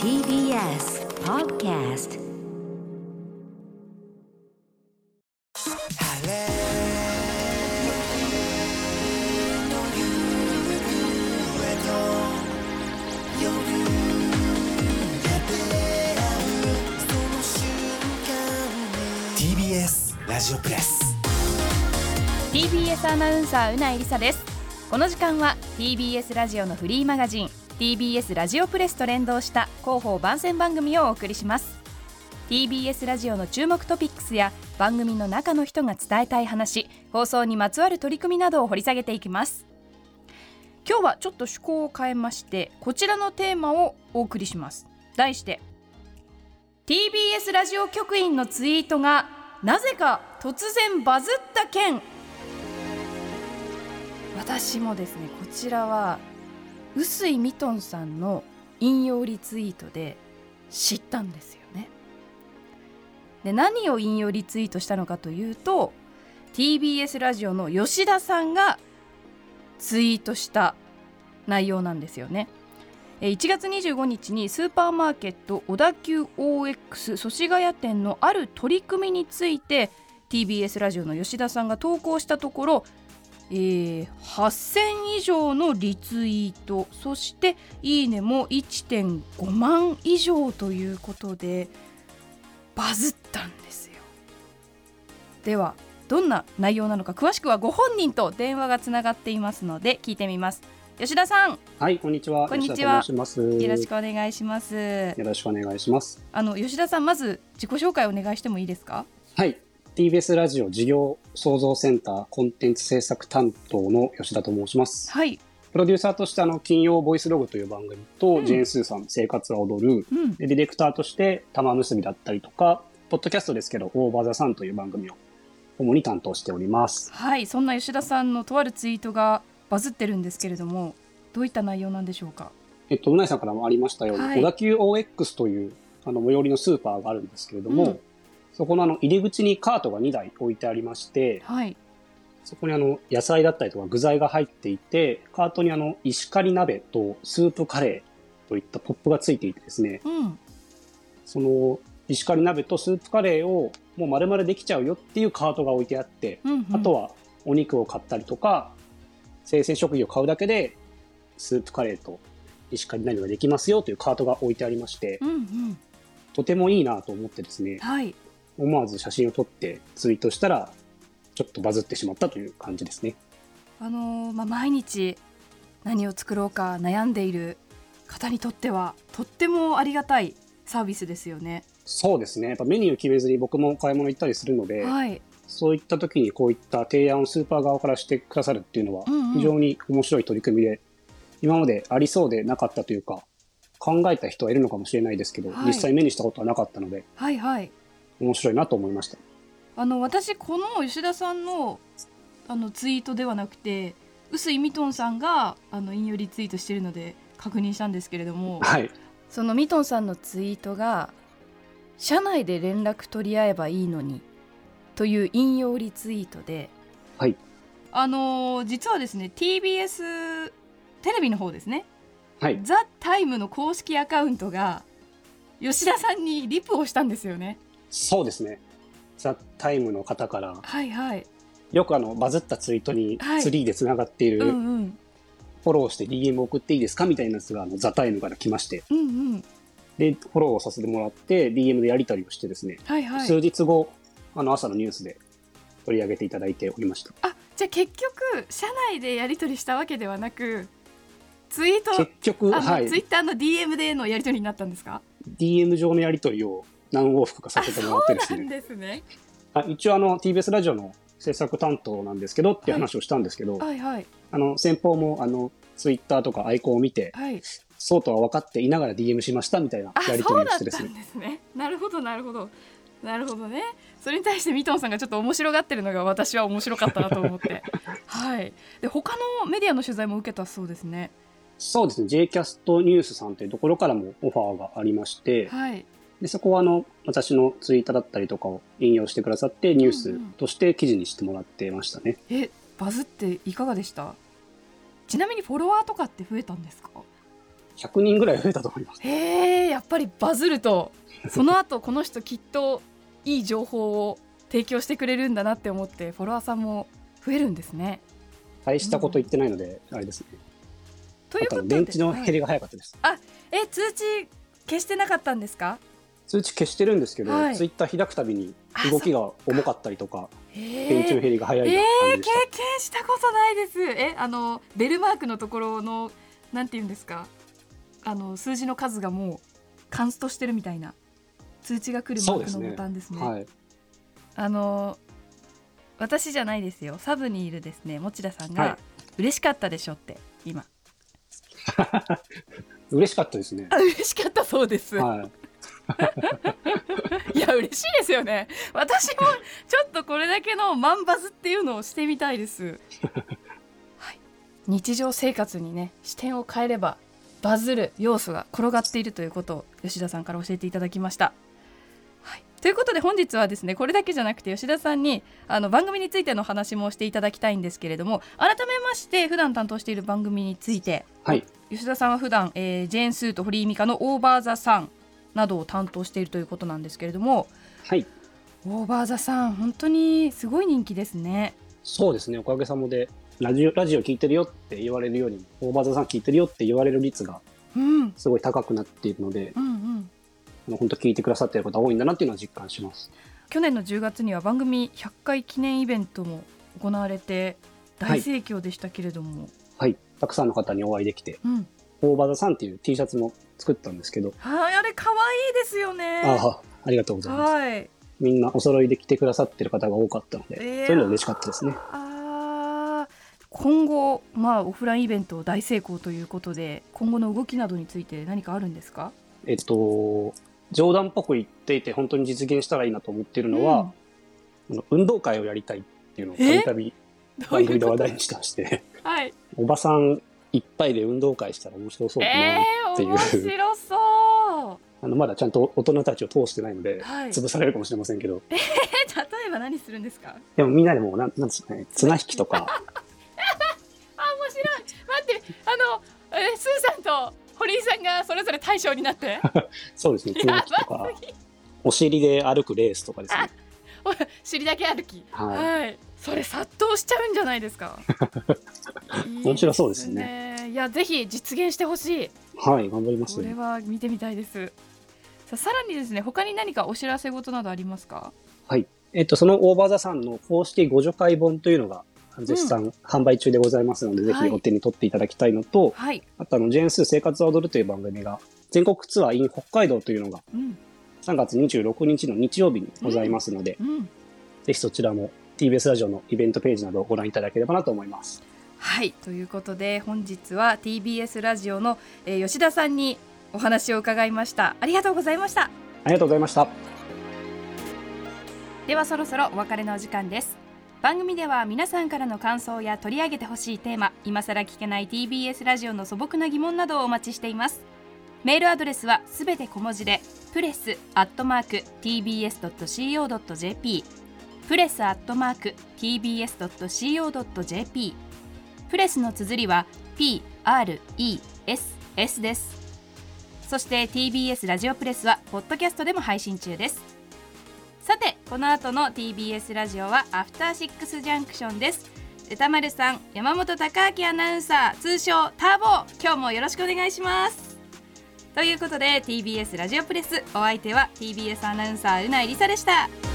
TBS Podcast TBS ラジオプレス TBS アナウンサーうないりさです。この時間は TBS ラジオのフリーマガジン TBS ラジオプレスと連動した広報番宣番組をお送りします。 TBS ラジオの注目トピックスや番組の中の人が伝えたい話、放送にまつわる取り組みなどを掘り下げていきます。今日はちょっと趣向を変えましてこちらのテーマをお送りします。題して TBS ラジオ局員のツイートがなぜか突然バズった件。私もですね、こちらは臼井ミトンさんの引用リツイートで知ったんですよね。で、何を引用リツイートしたのかというと TBS ラジオの吉田さんがツイートした内容なんですよね。1月25日にスーパーマーケット小田急 OX 祖師ヶ谷店のある取り組みについて TBS ラジオの吉田さんが投稿したところ、8000以上のリツイート、そしていいねも 1.5 万以上ということでバズったんですよ。ではどんな内容なのか、詳しくはご本人と電話がつながっていますので聞いてみます。吉田さん。 はい、こんにちは。 こんにちは。 吉田と申します。 よろしくお願いします。 よろしくお願いします。 吉田さん、まず自己紹介お願いしてもいいですか？ はい、TBS ラジオ事業創造センターコンテンツ制作担当の吉田と申します。 はい。 プロデューサーとして金曜ボイスログという番組と、ジェーンスーさん生活は踊る、でディレクターとして玉結びだったりとか、ポッドキャストですけどオーバーザさんという番組を主に担当しております。 はい、そんな吉田さんのとあるツイートがバズってるんですけれども、どういった内容なんでしょうか？ うないさんからもありましたように、 はい、 小田急 OX という最寄りのスーパーがあるんですけれども、そこの入り口にカートが2台置いてありまして、 はい、 そこに野菜だったりとか具材が入っていて、カートに石狩鍋とスープカレーといったポップがついていてですね、その石狩鍋とスープカレーをもう丸々できちゃうよっていうカートが置いてあって、あとはお肉を買ったりとか生鮮食品を買うだけでスープカレーと石狩鍋ができますよというカートが置いてありまして、とてもいいなと思ってですね、 はい、 思わず写真を撮ってツイートしたらちょっとバズってしまったという感じですね。 毎日何を作ろうか悩んでいる方にとってはとってもありがたいサービスですよね。 そうですね。やっぱメニュー決めずに僕も買い物行ったりするので、 はい、 そういった時にこういった提案をスーパー側からしてくださるっていうのは非常に面白い取り組みで、今までありそうでなかったというか、考えた人はいるのかもしれないですけど、実際目にしたことはなかったので、面白いなと思いました。 私この吉田さんのツイートではなくて臼井ミトンさんが引用リツイートしているので確認したんですけれども、 はい、 そのミトンさんのツイートが社内で連絡取り合えばいいのにという引用リツイートで、 はい、 実はですね TBS テレビの方ですね、 はい、 ザ・タイムの公式アカウントが吉田さんにリプをしたんですよね。 そうですね。ザ・タイムの方から、 はいはい、 よくバズったツイートにツリーでつながっている、フォローして DM 送っていいですかみたいなやつがザ・タイムから来まして、でフォローをさせてもらって DM でやり取りをしてですね、数日後朝のニュースで取り上げていただいておりました。 じゃあ結局社内でやり取りしたわけではなくツイート、 結局、はい、 ツイッターの DM でのやり取りになったんですか？ DM 上のやり取りを何往復かさせてもらってですね。 そうなんですね。 一応TBS ラジオの制作担当なんですけどっていう話をしたんですけど、先方もツイッターとかアイコンを見て、そうとは分かっていながら DM しましたみたいなやり取りをしてですね。 そうだったんですね。なるほどなるほどなるほどね。それに対してミトンさんがちょっと面白がってるのが私は面白かったなと思ってはい。で他のメディアの取材も受けたそうですね。 そうですね。 J キャストニュースさんというところからもオファーがありまして、でそこは私のツイートだったりとかを引用してくださってニュースとして記事にしてもらってましたね。 バズっていかがでした？ちなみにフォロワーとかって増えたんですか？ 100人ぐらい増えたと思います。 へえ、やっぱりバズるとその後この人きっといい情報を提供してくれるんだなって思ってフォロワーさんも増えるんですね。 大したこと言ってないので、あれですね。 ということで電池の減りが早かったです。 通知消してなかったんですか？ 通知消してるんですけど、ツイッター開くたびに動きが重かったりとか、電池の減りが早いと感じでした。 経験したことないです。ベルマークのところのなんていうんですか、数字の数がもうカンストしてるみたいな通知が来るマークのボタンですね。はい、私じゃないですよ、サブにいるですね持田さんが、嬉しかったでしょって今嬉しかったですね。 嬉しかったそうです、いや嬉しいですよね。私もちょっとこれだけのマンバズっていうのをしてみたいです、はい、日常生活にね視点を変えればバズる要素が転がっているということを吉田さんから教えていただきました。はい、ということで本日はですねこれだけじゃなくて吉田さんに番組についての話もしていただきたいんですけれども、改めまして普段担当している番組について、吉田さんは普段、ジェーン・スーと堀井美香のオーバーザさんなどを担当しているということなんですけれども、オーバーザさん本当にすごい人気ですね。 そうですね、おかげさまでラジオ聞いてるよって言われるように、オーバーザさん聞いてるよって言われる率がすごい高くなっているので、本当聞いてくださっている方多いんだなっていうのは実感します。 去年の10月には番組100回記念イベントも行われて大盛況でしたけれども、 たくさんの方にお会いできて、オーバーザさんっていう T シャツも作ったんですけど、 あれ可愛いですよね。 ありがとうございます、みんなお揃いで来てくださってる方が多かったので、そういうのは嬉しかったですね。 今後、オフラインイベント大成功ということで、今後の動きなどについて何かあるんですか？ 冗談っぽく言っていて本当に実現したらいいなと思っているのは、運動会をやりたいっていうのをたびたび番組で話題にしてましておばさんいっぱいで運動会したら面白そうだなっていう、 面白そう。 まだちゃんと大人たちを通してないので、潰されるかもしれませんけど、 例えば何するんですか？ でもみんなでもなんですかね、綱引きとか面白い。待って、スーさんと堀井さんがそれぞれ大将になってそうですね、綱引きとかお尻で歩くレースとかですね。 尻だけ歩き、それ殺到しちゃうんじゃないですか？ 面白そうですね。 いや、ぜひ実現してほしい。 頑張ります。 これは見てみたいです。さらにですね、他に何かお知らせ事などありますか？ そのオーバーザさんの公式互助会本というのが絶賛販売中でございますので、ぜひお手に取っていただきたいのと、あとジェーンスー生活は踊るという番組が全国ツアー in 北海道というのが3月26日の日曜日にございますので、ぜひそちらも TBS ラジオのイベントページなどをご覧いただければなと思います。 ということで本日は TBS ラジオの、吉田さんにお話を伺いました。ありがとうございました。 ありがとうございました。 ではそろそろお別れのお時間です。番組では皆さんからの感想や取り上げてほしいテーマ、今さら聞けない TBS ラジオの素朴な疑問などをお待ちしています。メールアドレスはすべて小文字でpress@tbs.co.jp press@tbs.co.jp プレスの綴りは PRESS です。そして TBS ラジオプレスはポッドキャストでも配信中です。さて、この後の TBS ラジオはアフターシックスジャンクションです。歌丸さん、山本貴明アナウンサー、通称ターボ、今日もよろしくお願いします。ということで TBS ラジオプレス、お相手は TBS アナウンサーうないりさでした。